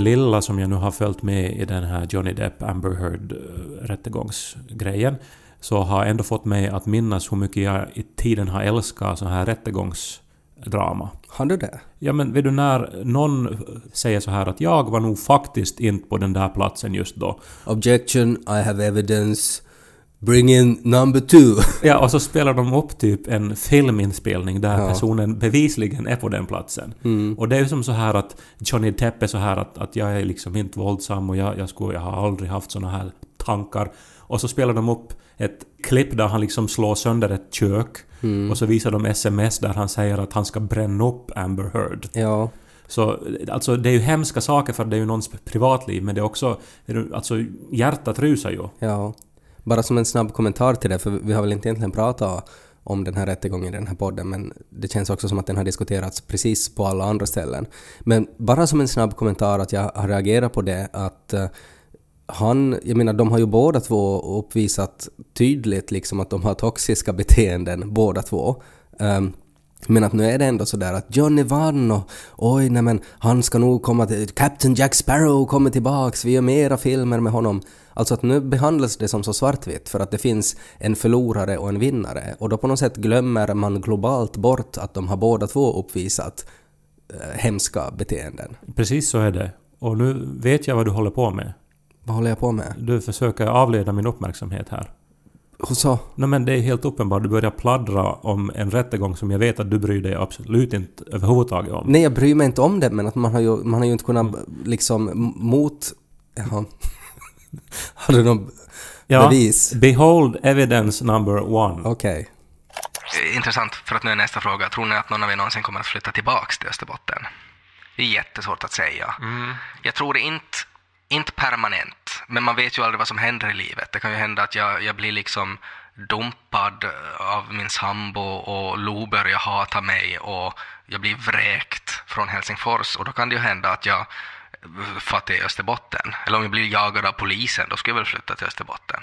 lilla som jag nu har följt med i den här Johnny Depp Amber Heard rättegångsgrejen, så har ändå fått mig att minnas hur mycket jag i tiden har älskat så här rättegångsdrama. Har du det? Ja, men vet du, när någon säger så här att jag var nog faktiskt inte på den där platsen just då. Objection, I have evidence. Bring in number 2. Ja, och så spelar de upp typ en filminspelning där personen bevisligen är på den platsen. Och det är ju som så här att Johnny Depp är så här att jag är liksom inte våldsam och jag har aldrig haft såna här tankar. Och så spelar de upp ett klipp där han liksom slår sönder ett kök. Och så visar de sms där han säger att han ska bränna upp Amber Heard. Ja. Så alltså det är ju hemska saker för det är ju någons privatliv, men det är också alltså hjärtat rusar ju. Ja. Bara som en snabb kommentar till det, för vi har väl inte egentligen pratat om den här rättegången i den här podden, men det känns också som att den har diskuterats precis på alla andra ställen. Men bara som en snabb kommentar att jag har reagerat på det, att jag menar, de har ju båda två uppvisat tydligt liksom att de har toxiska beteenden, båda två. Men att nu är det ändå sådär att Johnny vann och oj, nej men han ska nog komma till... Captain Jack Sparrow kommer tillbaks, vi gör mera filmer med honom. Alltså att nu behandlas det som så svartvitt för att det finns en förlorare och en vinnare. Och då på något sätt glömmer man globalt bort att de har båda två uppvisat hemska beteenden. Precis så är det. Och nu vet jag vad du håller på med. Vad håller jag på med? Du försöker avleda min uppmärksamhet här. Och så? Nej, men det är helt uppenbart. Du börjar pladdra om en rättegång som jag vet att du bryr dig absolut inte överhuvudtaget om. Nej, jag bryr mig inte om det, men att man har ju inte kunnat liksom Jaha. Har du någon bevis? Behold evidence number 1. Okej. Intressant, för att nu är nästa fråga. Tror ni att någon av er någonsin kommer att flytta tillbaks till Österbotten? Det är jättesvårt att säga. Jag tror det inte permanent, men man vet ju aldrig vad som händer i livet. Det kan ju hända att jag blir liksom dumpad av min sambo och Lo börjar hata mig och jag blir vräkt från Helsingfors, och då kan det ju hända att jag far till Österbotten. Eller om jag blir jagad av polisen, då ska jag väl flytta till Österbotten.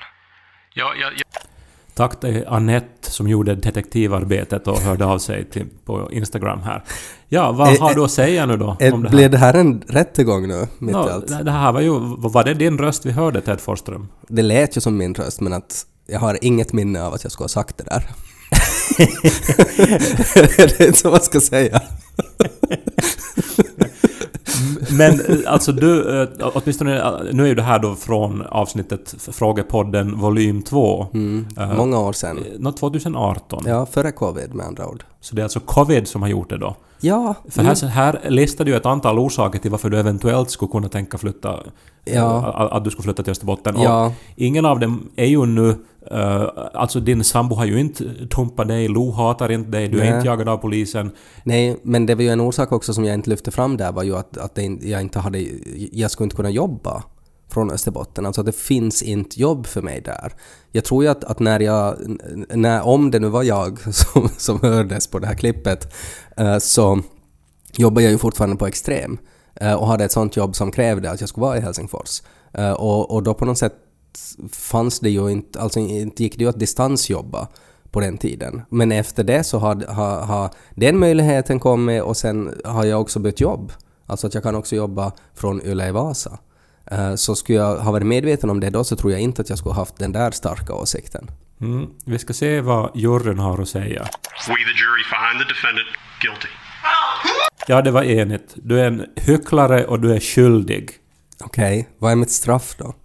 Tack till Annette som gjorde detektivarbetet och hörde av sig på Instagram här. Ja, vad har du att säga nu då om det här? Blev det här en rättegång nu? Det här var ju... Var det din röst vi hörde, Ted Forsström? Det lät ju som min röst, men att jag har inget minne av att jag skulle ha sagt det där. Det är inte så vad ska säga. Men alltså du, åtminstone nu är ju det här då från avsnittet Frågepodden volym 2. Många år sedan. 2018. Ja, före covid med andra ord. Så det är alltså covid som har gjort det då? Ja. För här listade ju ett antal orsaker till varför du eventuellt skulle kunna tänka flytta, att du skulle flytta till Österbotten. Ja. Och ingen av dem är ju nu, alltså din sambo har ju inte tumpat dig, Lo hatar inte dig, du är inte jagad av polisen. Nej, men det var ju en orsak också som jag inte lyfte fram där, var ju att jag skulle inte kunna jobba från Österbotten. Alltså det finns inte jobb för mig där. Jag tror ju att om det nu var jag som hördes på det här klippet, så jobbar jag ju fortfarande på Extrem och hade ett sånt jobb som krävde att jag skulle vara i Helsingfors. Och då på något sätt fanns det ju inte, alltså inte gick det ju att distansjobba på den tiden. Men efter det så har den möjligheten kommit, och sen har jag också bytt jobb. Alltså att jag kan också jobba från Yle i Vasa. Så skulle jag ha varit medveten om det då, så tror jag inte att jag skulle ha haft den där starka åsikten. Vi ska se vad juryn har att säga. We the jury find the defendant guilty. Ja, det var enigt. Du är en hycklare och du är skyldig. Okej, vad är mitt straff då?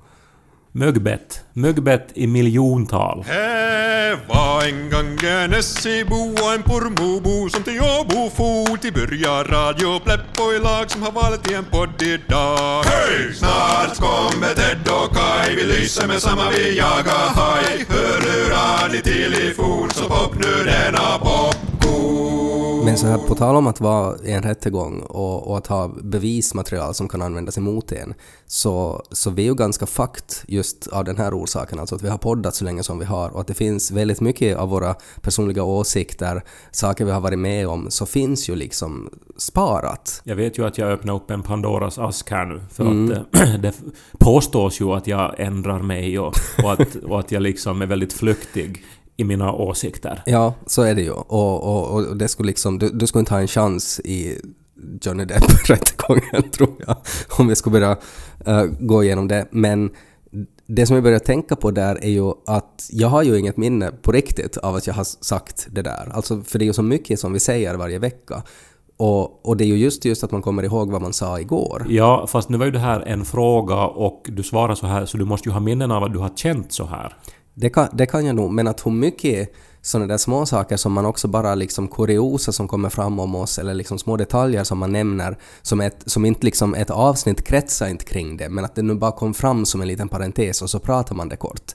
Muggbett i miljontal. Här var en gång en Essebo och en Pormobo som till Åbo for till börja radio Pleppo i lag som har valt i en podd idag. Hej! Snart kommer Ted och Kai, vi lyser med samma vi jagar haj. Hör hur ni till i fort, så pop nu denna popcorn. Men så här, på tal om att vara i en rättegång och att ha bevismaterial som kan användas emot en, så vi är ju ganska fucked just av den här orsaken, alltså att vi har poddat så länge som vi har, och att det finns väldigt mycket av våra personliga åsikter, saker vi har varit med om, så finns ju liksom sparat. Jag vet ju att jag öppnar upp en Pandoras ask här nu, för att det påstås ju att jag ändrar mig och att jag liksom är väldigt flyktig i mina åsikter. Ja, så är det ju. Och det skulle liksom, du skulle inte ha en chans i Johnny Depp-rättegången, tror jag, om vi ska börja gå igenom det. Men det som jag börjar tänka på där är ju att jag har ju inget minne på riktigt av att jag har sagt det där. Alltså, för det är ju så mycket som vi säger varje vecka. Och det är ju just att man kommer ihåg vad man sa igår. Ja, fast nu var ju det här en fråga och du svarar så här, så du måste ju ha minnen av att du har känt så här. Det kan jag nog, men att hur mycket sådana där små saker som man också bara liksom kuriosa som kommer fram om oss, eller liksom små detaljer som man nämner som inte liksom ett avsnitt kretsar inte kring det, men att det nu bara kom fram som en liten parentes och så pratar man det kort.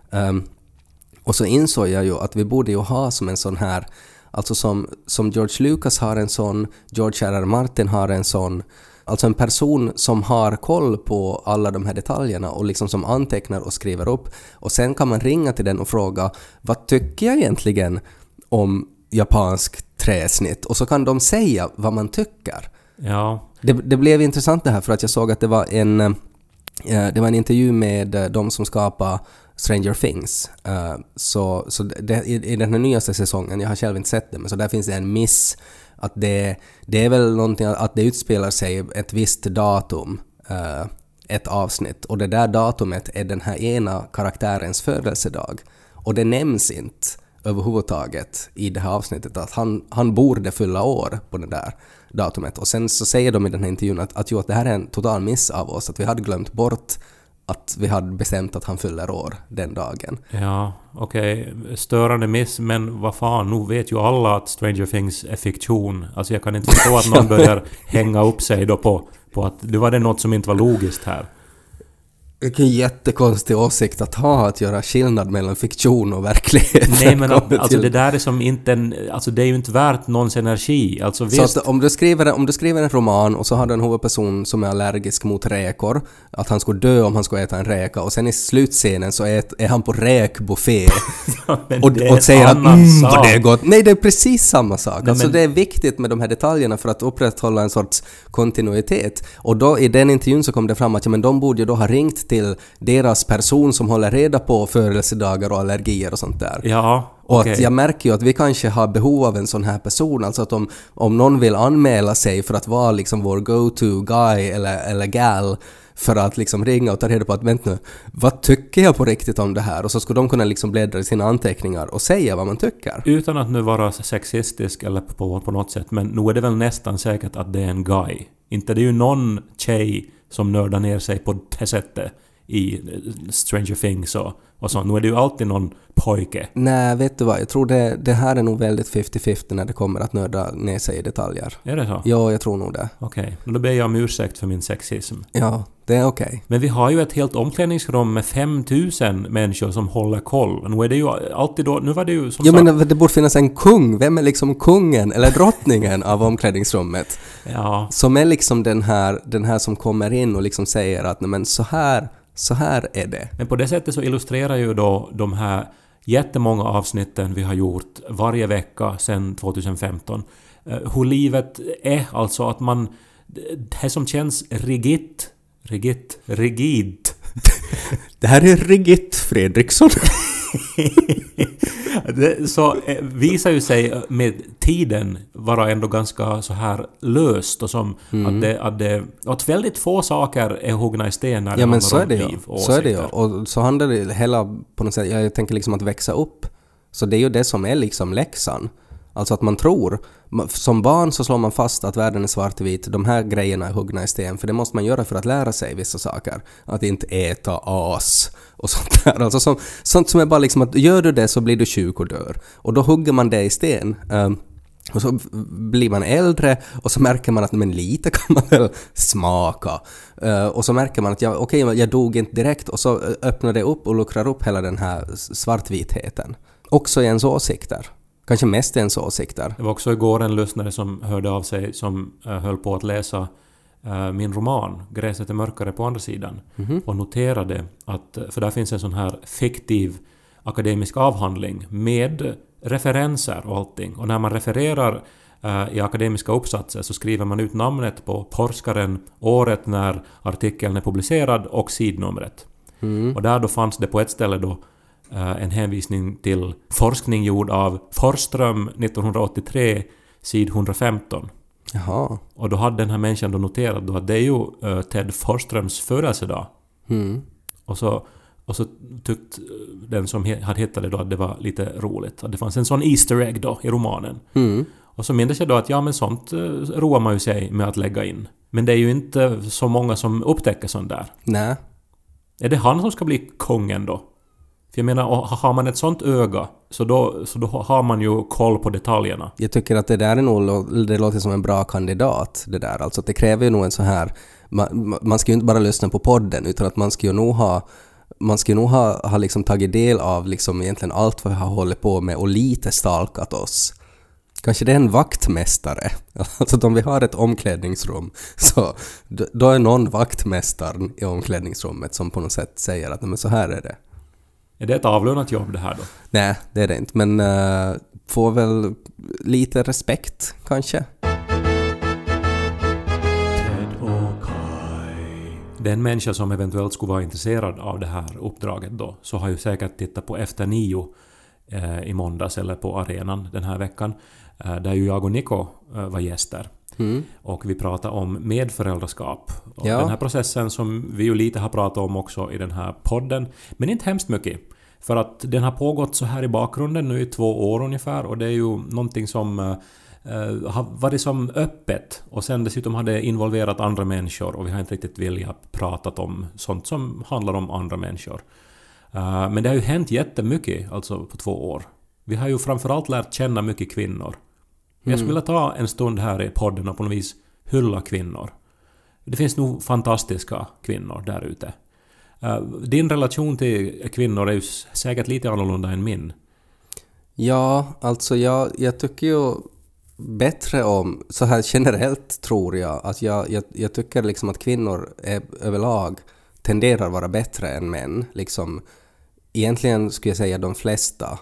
Och så insåg jag ju att vi borde ju ha som en sån här, alltså som George Lucas har en sån, George R.R. Martin har en sån, alltså en person som har koll på alla de här detaljerna och liksom som antecknar och skriver upp. Och sen kan man ringa till den och fråga, vad tycker jag egentligen om japansk träsnitt? Och så kan de säga vad man tycker. Ja. Det blev intressant det här, för att jag såg att det var en intervju med de som skapar Stranger Things. Så i den här nyaste säsongen, jag har själv inte sett det, men så där finns det en miss att det är väl någonting att det utspelar sig ett visst datum, ett avsnitt, och det där datumet är den här ena karaktärens födelsedag, och det nämns inte överhuvudtaget i det här avsnittet att han borde fylla år på det där datumet. Och sen så säger de i den här intervjun att det här är en total miss av oss, att vi hade glömt bort att vi hade bestämt att han fyller år den dagen. Ja, okej. Störande miss, men vad fan, nu vet ju alla att Stranger Things är fiktion. Alltså jag kan inte förstå att någon börjar hänga upp sig då på att det var något som inte var logiskt här. Vilken jättekonstig åsikt att göra skillnad mellan fiktion och verklighet. Nej, men alltså det där är som inte alltså det är ju inte värt någons energi. Alltså visst. Så att om du skriver en roman och så har du en huvudperson som är allergisk mot räkor, att han skulle dö om han skulle äta en räka, och sen i slutscenen så är han på räkbuffé ja, och säger att vad det är gott. Nej, det är precis samma sak. Nej, alltså det är viktigt med de här detaljerna för att upprätthålla en sorts kontinuitet. Och då i den intervjun så kom det fram att men de borde ju då ha ringt till deras person som håller reda på födelsedagar och allergier och sånt där. Ja, och okay. att jag märker ju att vi kanske har behov av en sån här person, alltså att om någon vill anmäla sig för att vara liksom vår go-to guy eller gal, för att liksom ringa och ta reda på att vänta nu, vad tycker jag på riktigt om det här? Och så skulle de kunna liksom bläddra i sina anteckningar och säga vad man tycker. Utan att nu vara sexistisk eller på något sätt, men nu är det väl nästan säkert att det är en guy. Inte det är ju någon tjej som nördar ner sig på det sättet i Stranger Things och så. Nu är det ju alltid någon pojke. Nej, vet du vad? Jag tror det här är nog väldigt 50-50 när det kommer att nörda ner sig i detaljer. Är det så? Ja, jag tror nog det. Okej. Då ber jag om ursäkt för min sexism. Ja, det är okej. Men vi har ju ett helt omklädningsrum med 5000 människor som håller koll. Nu är det ju alltid då... Nu var det ju som sagt... men det borde finnas en kung. Vem är liksom kungen eller drottningen av omklädningsrummet? Ja. Som är liksom den här som kommer in och liksom säger att men så här är det. Men på det sättet så illustrerar ju då de här jättemånga avsnitten vi har gjort varje vecka sedan 2015 hur livet är, alltså att man det som känns rigid. Det här är Rigid Fredriksson. Det så visar ju sig med tiden vara ändå ganska så här löst och som att väldigt få saker är huggna i sten när det handlar om liv och så är det ju. Och så handlar det hela på något sätt, jag tänker liksom att växa upp. Så det är ju det som är liksom läxan. Alltså att man tror, som barn så slår man fast att världen är svartvit, de här grejerna är huggna i sten, för det måste man göra för att lära sig vissa saker. Att inte äta as och sånt där. Alltså sånt som är bara liksom att gör du det så blir du sjuk och dör. Och då hugger man det i sten. Och så blir man äldre och så märker man att men lite kan man väl smaka. Och så märker man att jag dog inte direkt, och så öppnar det upp och luckrar upp hela den här svartvitheten. Också i ens åsikter. Kanske mest ens åsikter. Det var också igår en lyssnare som hörde av sig som höll på att läsa min roman Gräset är mörkare på andra sidan. Och noterade att, för där finns en sån här fiktiv akademisk avhandling med referenser och allting. Och när man refererar i akademiska uppsatser så skriver man ut namnet på forskaren, året när artikeln är publicerad och sidnumret. Och där då fanns det på ett ställe då en hänvisning till forskning gjord av Forsström 1983, sid 115. Jaha. Och då hade den här människan då noterat då att det är ju Ted Forsströms födelsedag. Och så tyckte den som hade hittat det då att det var lite roligt. Att det fanns en sån Easter egg då i romanen. Och så minns jag då att ja, men sånt roar man ju sig med att lägga in. Men det är ju inte så många som upptäcker sånt där. Nej. Är det han som ska bli kungen då? För jag menar, har man ett sånt öga så då har man ju koll på detaljerna. Jag tycker att det där är nog, det låter som en bra kandidat det där. Alltså att det kräver ju nog en så här, man ska ju inte bara lyssna på podden utan att man ska ju nog ha liksom tagit del av liksom egentligen allt vad vi har hållit på med och lite stalkat oss. Kanske det är en vaktmästare. Alltså om vi har ett omklädningsrum så då är någon vaktmästaren i omklädningsrummet som på något sätt säger att men så här är det. Är det ett avlönat jobb det här då? Nej, det är det inte. Men får väl lite respekt kanske. Den människa som eventuellt skulle vara intresserad av det här uppdraget då så har ju säkert tittat på Efter 9 i måndags eller på arenan den här veckan där ju jag och Nico var gäster. Och vi pratade om medföräldraskap. Och den här processen som vi ju lite har pratat om också i den här podden. Men inte hemskt mycket. För att den har pågått så här i bakgrunden nu i 2 år ungefär. Och det är ju någonting som har varit som öppet. Och sen dessutom har det involverat andra människor. Och vi har inte riktigt velat prata om sånt som handlar om andra människor. Men det har ju hänt jättemycket alltså på 2 år. Vi har ju framförallt lärt känna mycket kvinnor. Jag skulle vilja ta en stund här i podden och på något vis hylla kvinnor. Det finns nog fantastiska kvinnor där ute. Din relation till kvinnor är ju säkert lite annorlunda än min. Ja, alltså jag tycker ju bättre om, så här generellt tror jag, att jag tycker liksom att kvinnor är överlag tenderar vara bättre än män. Liksom, egentligen skulle jag säga de flesta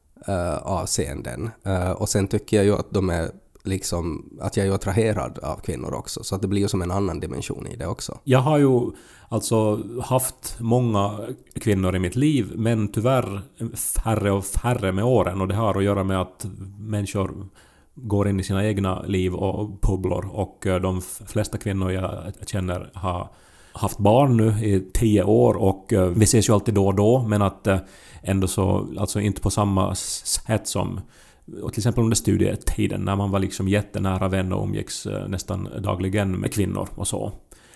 avseenden. Och sen tycker jag ju att de är liksom, att jag är attraherad av kvinnor också. Så att det blir ju som en annan dimension i det också. Jag har ju alltså haft många kvinnor i mitt liv, men tyvärr färre och färre med åren. Och det har att göra med att människor går in i sina egna liv och pubblor. Och de flesta kvinnor jag känner har haft barn nu i 10 år och vi ses ju alltid då och då, men att ändå så, alltså inte på samma sätt som till exempel under studietiden när man var liksom jättenära vän och umgicks nästan dagligen med kvinnor och så.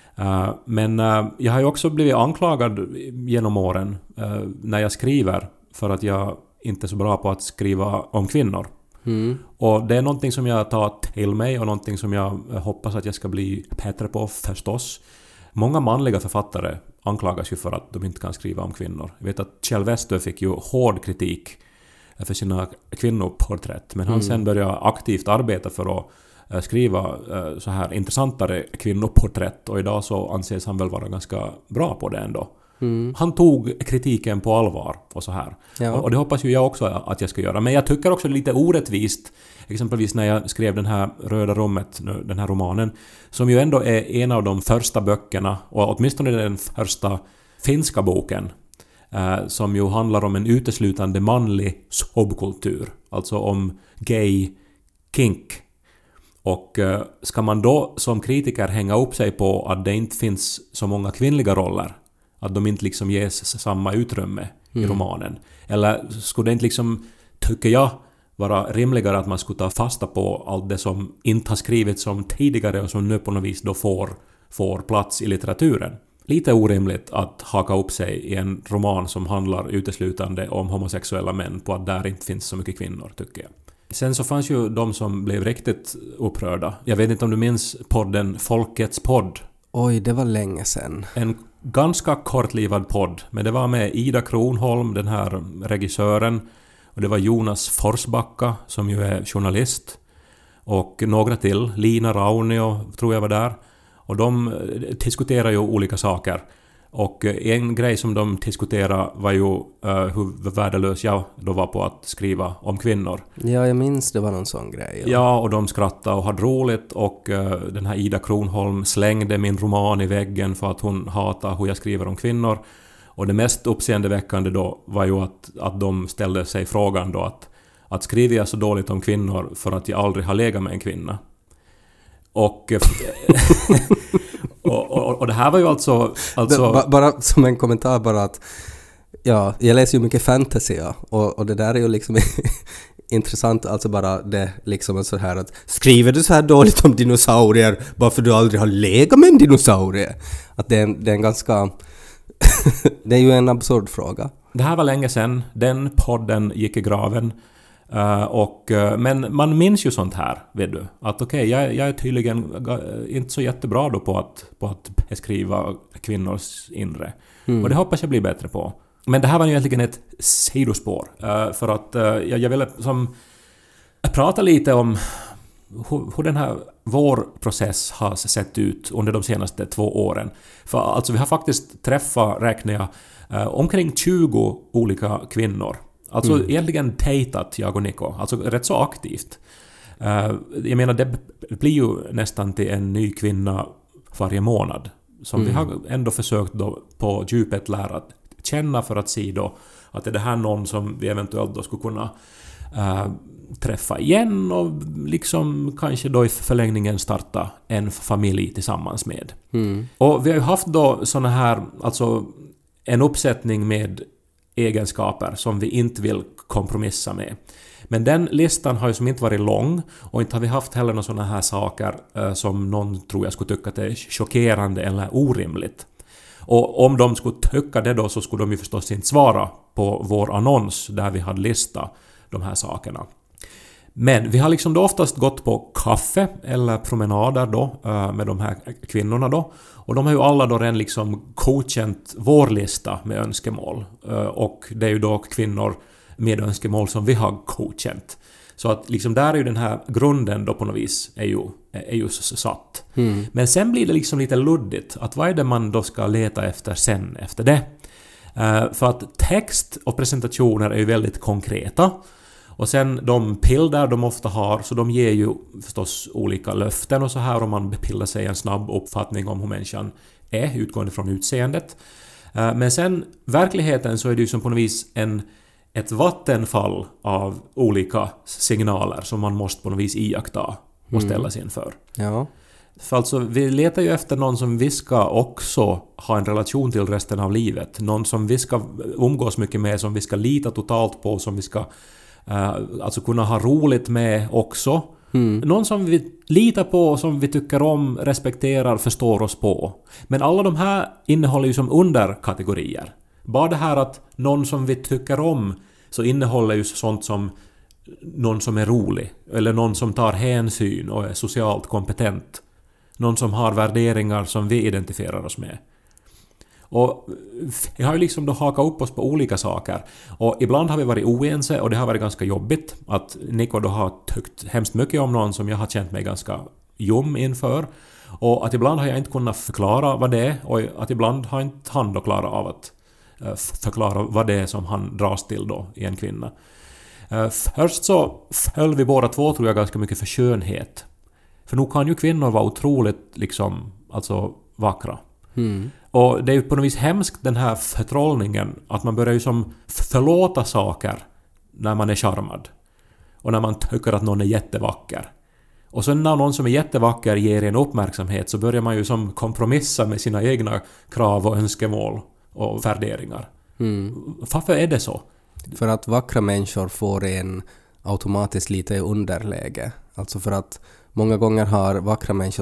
Men jag har ju också blivit anklagad genom åren när jag skriver för att jag inte är så bra på att skriva om kvinnor. Och det är någonting som jag tar till mig och någonting som jag hoppas att jag ska bli bättre på förstås. Många manliga författare anklagas ju för att de inte kan skriva om kvinnor. Jag vet att Kjell Westö fick ju hård kritik för sina kvinnoporträtt. Men han sen började aktivt arbeta för att skriva så här intressantare kvinnoporträtt. Och idag så anses han väl vara ganska bra på det ändå. Han tog kritiken på allvar och så här. Ja. Och det hoppas ju jag också att jag ska göra. Men jag tycker också lite orättvist, exempelvis när jag skrev den här Röda rummet, den här romanen, som ju ändå är en av de första böckerna, och åtminstone den första finska boken, som ju handlar om en uteslutande manlig subkultur, alltså om gay kink. Och ska man då som kritiker hänga upp sig på att det inte finns så många kvinnliga roller, att de inte liksom ges samma utrymme i romanen, eller skulle det inte liksom, tycker jag, vara rimligare att man skulle ta fasta på allt det som inte har skrivits som tidigare och som nu på något vis då får plats i litteraturen. Lite orimligt att haka upp sig i en roman som handlar uteslutande om homosexuella män på att där inte finns så mycket kvinnor, tycker jag. Sen så fanns ju de som blev riktigt upprörda. Jag vet inte om du minns podden Folkets podd. Oj, det var länge sedan. En ganska kortlivad podd, men det var med Ida Kronholm, den här regissören, och det var Jonas Forsbacka som ju är journalist, och några till, Lina Raunio tror jag var där, och de diskuterar ju olika saker. Och en grej som de diskuterade var ju hur värdelös jag då var på att skriva om kvinnor. Ja, jag minns det var någon sån grej. Ja, och de skrattade och hade roligt, och den här Ida Kronholm slängde min roman i väggen för att hon hatar hur jag skriver om kvinnor. Och det mest uppseendeväckande då var ju att de ställde sig frågan då att skriver jag så dåligt om kvinnor för att jag aldrig har legat med en kvinna? Och det här var ju alltså bara som en kommentar bara att ja, jag läser ju mycket fantasy och det där är ju liksom intressant, alltså bara det liksom så här att skriver du så här dåligt om dinosaurier bara för du aldrig har legat med en dinosaurie? Att det är en ganska det är ju en absurd fråga. Det här var länge sedan, den podden gick i graven. Men man minns ju sånt här, vet du. Att okej, jag är tydligen inte så jättebra då på att beskriva kvinnors inre. Och det hoppas jag blir bättre på. Men det här var ju egentligen ett sidospår. För att jag ville prata lite om hur den här vår process har sett ut under de senaste 2 åren. För alltså vi har faktiskt träffat, räknar jag, omkring 20 olika kvinnor. Alltså egentligen dejtat jag och Nico, alltså rätt så aktivt. Jag menar, det blir ju nästan till en ny kvinna varje månad. Som vi har ändå försökt då på djupet lära känna för att se då att är det här någon som vi eventuellt då skulle kunna träffa igen och liksom kanske då i förlängningen starta en familj tillsammans med. Och vi har ju haft då såna här, alltså en uppsättning med egenskaper som vi inte vill kompromissa med. Men den listan har ju som inte varit lång och inte har vi haft heller några såna här saker som någon tror jag skulle tycka att det är chockerande eller orimligt. Och om de skulle tycka det då så skulle de ju förstås inte svara på vår annons där vi hade listat de här sakerna. Men vi har liksom då oftast gått på kaffe eller promenader då med de här kvinnorna då. Och de har ju alla då redan liksom godkänt vår lista med önskemål. Och det är ju då kvinnor med önskemål som vi har godkänt. Så att liksom där är ju den här grunden då på något vis är ju satt. Men sen blir det liksom lite luddigt. Att vad är det man då ska leta efter sen efter det? För att text och presentationer är ju väldigt konkreta. Och sen de bilder de ofta har, så de ger ju förstås olika löften och så här om man bildar sig en snabb uppfattning om hur människan är utgående från utseendet. Men sen verkligheten så är det ju som på något vis ett vattenfall av olika signaler som man måste på något vis iaktta och ställa sig inför. Ja. För alltså vi letar ju efter någon som vi ska också ha en relation till resten av livet. Någon som vi ska umgås mycket med, som vi ska lita totalt på, som vi ska alltså kunna ha roligt med också. Någon som vi litar på, som vi tycker om, respekterar, förstår oss på. Men alla de här innehåller ju som underkategorier. Bara det här att någon som vi tycker om så innehåller ju sånt som någon som är rolig. Eller någon som tar hänsyn och är socialt kompetent. Någon som har värderingar som vi identifierar oss med. Och vi har ju liksom då hakat upp oss på olika saker. Och ibland har vi varit oense och det har varit ganska jobbigt. Att Nico då har tyckt hemskt mycket om någon som jag har känt mig ganska ljum inför. Och att ibland har jag inte kunnat förklara vad det är. Och att ibland har inte han då klarat av att förklara vad det är som han dras till då i en kvinna. Först så höll vi båda två, tror jag, ganska mycket för skönhet. För nu kan ju kvinnor vara otroligt liksom, alltså vackra. Och det är ju på något vis hemskt den här förtrollningen att man börjar ju som förlåta saker när man är charmad. Och när man tycker att någon är jättevacker. Och sen när någon som är jättevacker ger en uppmärksamhet så börjar man ju som kompromissa med sina egna krav och önskemål och värderingar. Varför är det så? För att vackra människor får en automatiskt lite underläge. Alltså för att många gånger har vackra människor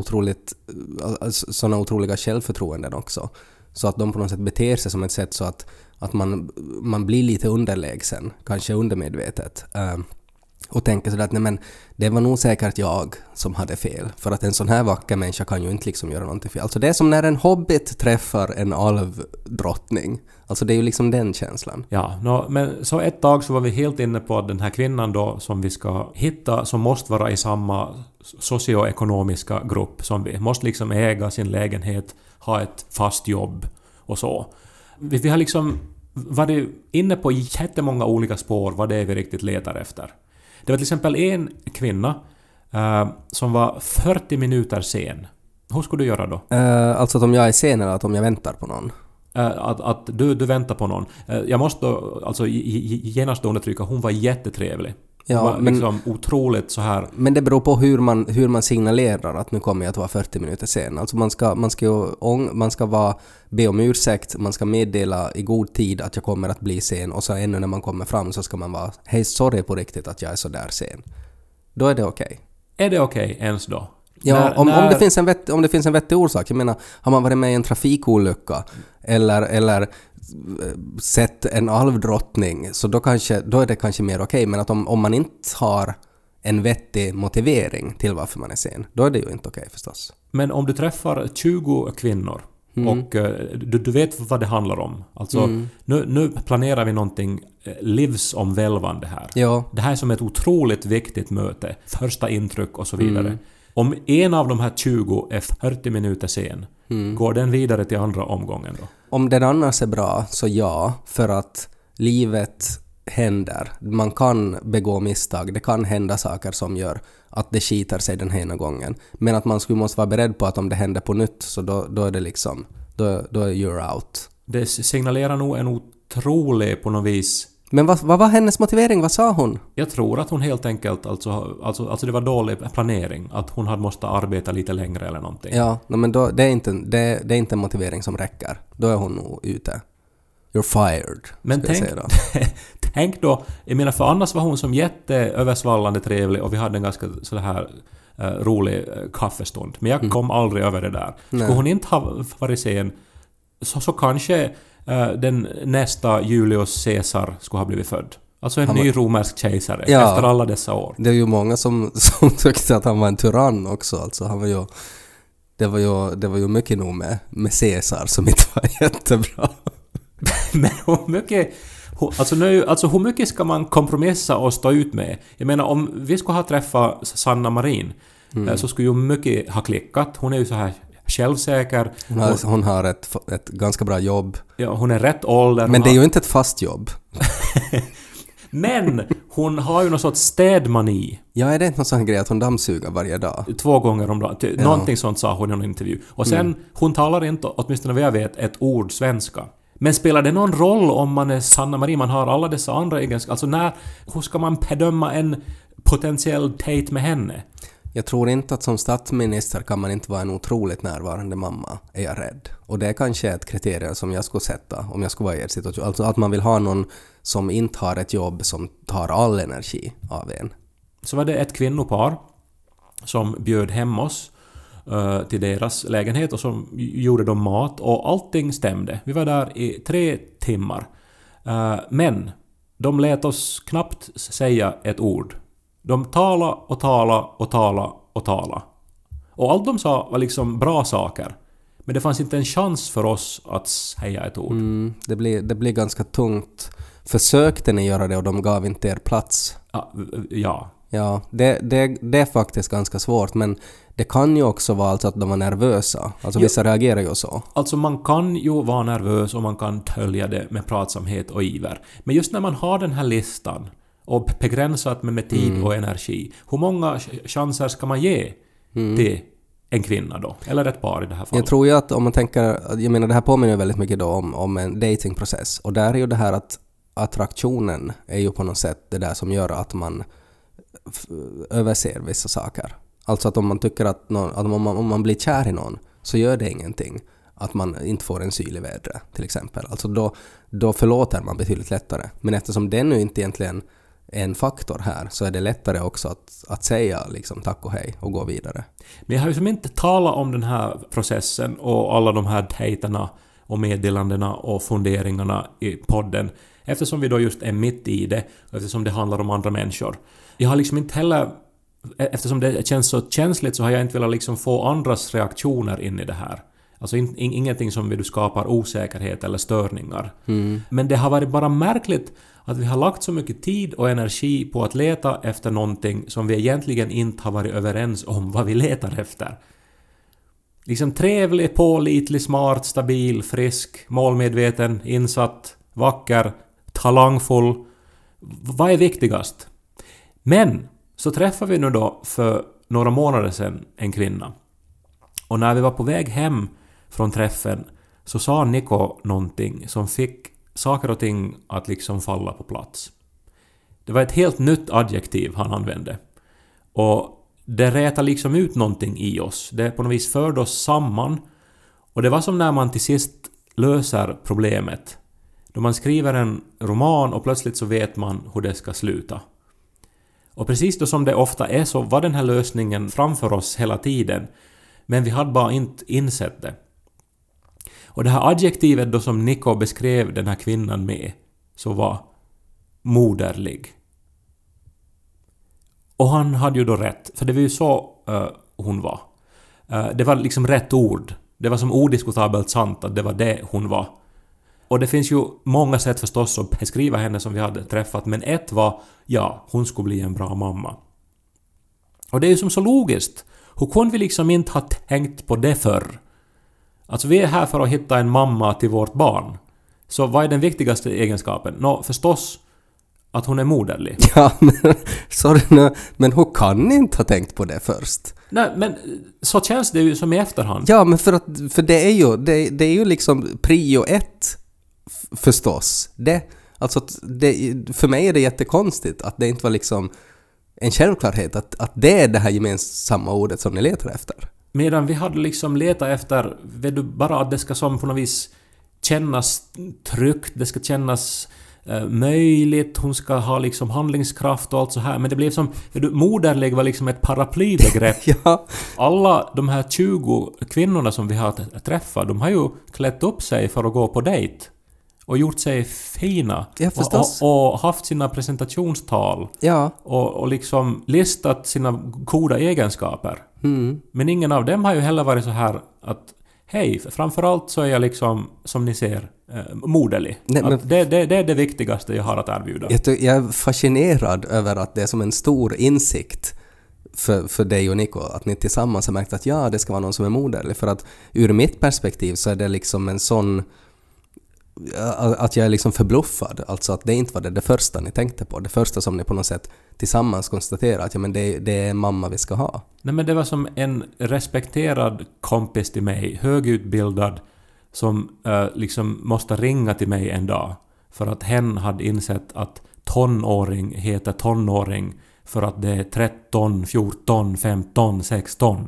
såna otroliga självförtroenden också. Så att de på något sätt beter sig som ett sätt så att man blir lite underlägsen, kanske undermedvetet. Och tänker sådär att nej, men det var nog säkert jag som hade fel. För att en sån här vacker människa kan ju inte liksom göra någonting fel. Alltså det är som när en hobbit träffar en alvdrottning. Alltså det är ju liksom den känslan. Ja, men så ett tag så var vi helt inne på den här kvinnan då som vi ska hitta, som måste vara i samma socioekonomiska grupp som vi. Måste liksom äga sin lägenhet, ha ett fast jobb och så. Vi har liksom varit inne på jättemånga olika spår vad det är vi riktigt letar efter. Det var till exempel en kvinna som var 40 minuter sen. Hur skulle du göra då? Alltså att om jag är sen eller att om jag väntar på någon? Att du väntar på någon. Jag måste då, alltså genast undertrycka, hon var jättetrevlig. Ja, var liksom otroligt så här. Men det beror på hur man signalerar att nu kommer jag att vara 40 minuter sen. Alltså man ska be om ursäkt, man ska meddela i god tid att jag kommer att bli sen, och så ännu när man kommer fram så ska man vara hej, sorry på riktigt att jag är så där sen. Då är det okej. Är det okej ens då? Ja, om det finns en vettig orsak. Jag menar, har man varit med i en trafikolycka eller sett en alvdrottning, så då är det kanske mer okej. Men att om man inte har en vettig motivering till varför man är sen, då är det ju inte okej förstås. Men om du träffar 20 kvinnor och du vet vad det handlar om. Alltså, nu planerar vi någonting livsomvälvande här. Ja. Det här är som ett otroligt viktigt möte. Första intryck och så vidare. Om en av de här 20 är 40 minuter sen, går den vidare till andra omgången då? Om den annars är bra, så ja, för att livet händer. Man kan begå misstag, det kan hända saker som gör att det skiter sig den ena gången. Men att man skulle måste vara beredd på att om det händer på nytt, så då är det liksom, då är you're out. Det signalerar nog en otrolig på något vis. Men vad var hennes motivering? Vad sa hon? Jag tror att hon helt enkelt, alltså det var dålig planering. Att hon hade måste arbeta lite längre eller någonting. Ja, men då, det är inte en motivering som räcker. Då är hon nog ute. You're fired. Men tänk då, jag menar, för annars var hon som jätteöversvallande trevlig och vi hade en ganska så här rolig kaffestund. Men jag kom aldrig över det där. Skulle hon inte ha varit sen, så kanske den nästa Julius Caesar skulle ha blivit född. Alltså en ny romersk kejsare efter alla dessa år. Det är ju många som tyckte att han var en tyrann också. Alltså han var ju, det var ju mycket nog med Caesar som inte var jättebra. Men hur mycket ska man kompromissa och stå ut med? Jag menar, om vi skulle ha träffat Sanna Marin så skulle ju mycket ha klickat. Hon är ju så här självsäker. Hon har ett ganska bra jobb. Ja, hon är rätt ålder. Men det är ju inte ett fast jobb. Men hon har ju någon sorts städmani. Ja, är det inte någon sån grej att hon dammsuger varje dag? 2 gånger om dagen. Någonting sånt sa hon i en intervju. Och sen, hon talar inte, åtminstone vad jag vet, ett ord svenska. Men spelar det någon roll om man är Sanna Marin? Man har alla dessa andra egenskaper. Alltså hur ska man bedöma en potentiell date med henne? Jag tror inte att som statsminister kan man inte vara en otroligt närvarande mamma, är jag rädd. Och det är kanske ett kriterium som jag skulle sätta om jag skulle vara i er situation. Alltså att man vill ha någon som inte har ett jobb som tar all energi av en. Så var det ett kvinnopar som bjöd hem oss till deras lägenhet och som gjorde de mat och allting stämde. Vi var där i 3 timmar. Men de lät oss knappt säga ett ord. De talade och talade och talade och talade. Och allt de sa var liksom bra saker. Men det fanns inte en chans för oss att säga ett ord. Det blir ganska tungt. Försökte ni göra det och de gav inte er plats? Ja. Ja, det är faktiskt ganska svårt, men det kan ju också vara alltså att de var nervösa. Alltså vissa reagerar ju så. Alltså man kan ju vara nervös och man kan tölja det med pratsamhet och iver. Men just när man har den här listan och begränsat med tid och energi, hur många chanser ska man ge till en kvinna då? Eller ett par i det här fallet? Jag tror ju att om man tänker, jag menar det här påminner väldigt mycket då om en datingprocess. Och där är ju det här att attraktionen är ju på något sätt det där som gör att man överser vissa saker. Alltså att om man tycker att om man blir kär i någon så gör det ingenting att man inte får en syl i vädret till exempel. Alltså då förlåter man betydligt lättare. Men eftersom det nu inte egentligen är en faktor här så är det lättare också att säga liksom tack och hej och gå vidare. Men jag har ju som inte talat om den här processen och alla de här dejterna och meddelandena och funderingarna i podden eftersom vi då just är mitt i det och eftersom det handlar om andra människor. Jag har liksom inte heller, eftersom det känns så känsligt så har jag inte velat liksom få andras reaktioner in i det här. Alltså ingenting som du skapar osäkerhet eller störningar. Men det har varit bara märkligt att vi har lagt så mycket tid och energi på att leta efter någonting som vi egentligen inte har varit överens om vad vi letar efter. Liksom trevlig, pålitlig, smart, stabil, frisk, målmedveten, insatt, vacker, talangfull. Vad är viktigast? Men så träffade vi nu då för några månader sedan en kvinna. Och när vi var på väg hem från träffen så sa Niko någonting som fick saker och ting att liksom falla på plats. Det var ett helt nytt adjektiv han använde. Och det rätar liksom ut någonting i oss. Det på något vis förde oss samman. Och det var som när man till sist löser problemet. Då man skriver en roman och plötsligt så vet man hur det ska sluta. Och precis då som det ofta är så var den här lösningen framför oss hela tiden. Men vi hade bara inte insett det. Och det här adjektivet då som Nico beskrev den här kvinnan med så var moderlig. Och han hade ju då rätt. För det var ju så hon var. Det var liksom rätt ord. Det var som odiskutabelt sant att det var det hon var. Och det finns ju många sätt förstås att beskriva henne som vi hade träffat. Men ett var, ja, hon skulle bli en bra mamma. Och det är ju som så logiskt. Hur kunde vi liksom inte ha tänkt på det förr? Alltså vi är här för att hitta en mamma till vårt barn. Så vad är den viktigaste egenskapen? Förstås att hon är moderlig. Ja, men hur kan ni inte ha tänkt på det först? Nej, men så känns det ju som i efterhand. Ja, men för det är ju liksom prio 1 förstås. För mig är det jättekonstigt att det inte var liksom en självklarhet att det är det här gemensamma ordet som ni letar efter. Medan vi hade liksom letat efter, vet du, bara att det ska som på något vis kännas tryggt, det ska kännas möjligt, hon ska ha liksom handlingskraft och allt så här. Men det blev som, moderlig var liksom ett paraplybegrepp. Ja. Alla de här 20 kvinnorna som vi har träffat, de har ju klätt upp sig för att gå på dejt. Och gjort sig fina. Ja, förstås. Och haft sina presentationstal. Ja. Och liksom listat sina goda egenskaper. Mm. Men ingen av dem har ju heller varit så här att hej, framförallt så är jag liksom, som ni ser, moderlig. Nej, men det är det viktigaste jag har att erbjuda. Jag är fascinerad över att det är som en stor insikt för dig och Nico, att ni tillsammans har märkt att ja, det ska vara någon som är moderlig. För att ur mitt perspektiv så är det liksom en sån att jag är liksom förbluffad. Alltså att det inte var det första ni tänkte på. Det första som ni på något sätt tillsammans konstaterade att ja, men det är mamma vi ska ha. Nej, men det var som en respekterad kompis till mig, högutbildad, som liksom måste ringa till mig en dag för att hen hade insett att tonåring heter tonåring för att det är 13, 14, 15, 16.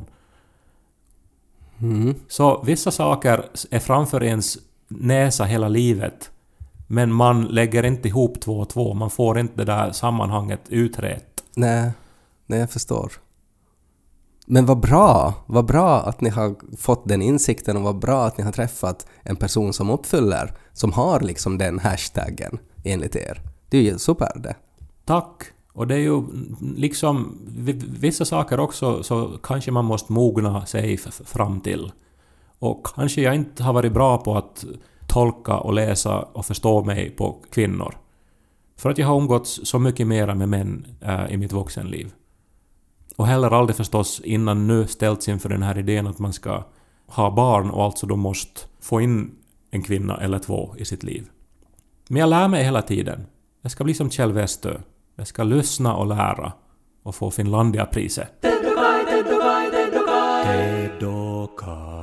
Mm. Så vissa saker är framför ens näsa hela livet, men man lägger inte ihop 2 och 2. Man får inte det där sammanhanget utrett. Nej, jag förstår. Men vad bra att ni har fått den insikten och vad bra att ni har träffat en person som uppfyller, som har liksom den hashtaggen enligt er. Det är ju super det. Tack. Och det är ju liksom vissa saker också så kanske man måste mogna sig fram till. Och kanske jag inte har varit bra på att tolka och läsa och förstå mig på kvinnor. För att jag har umgåtts så mycket mer med män i mitt vuxenliv. Och heller aldrig förstås innan nu ställts inför den här idén att man ska ha barn och alltså då måste få in en kvinna eller 2 i sitt liv. Men jag lär mig hela tiden. Jag ska bli som Kjell Westö. Jag ska lyssna och lära och få Finlandia-priset. Tedokai.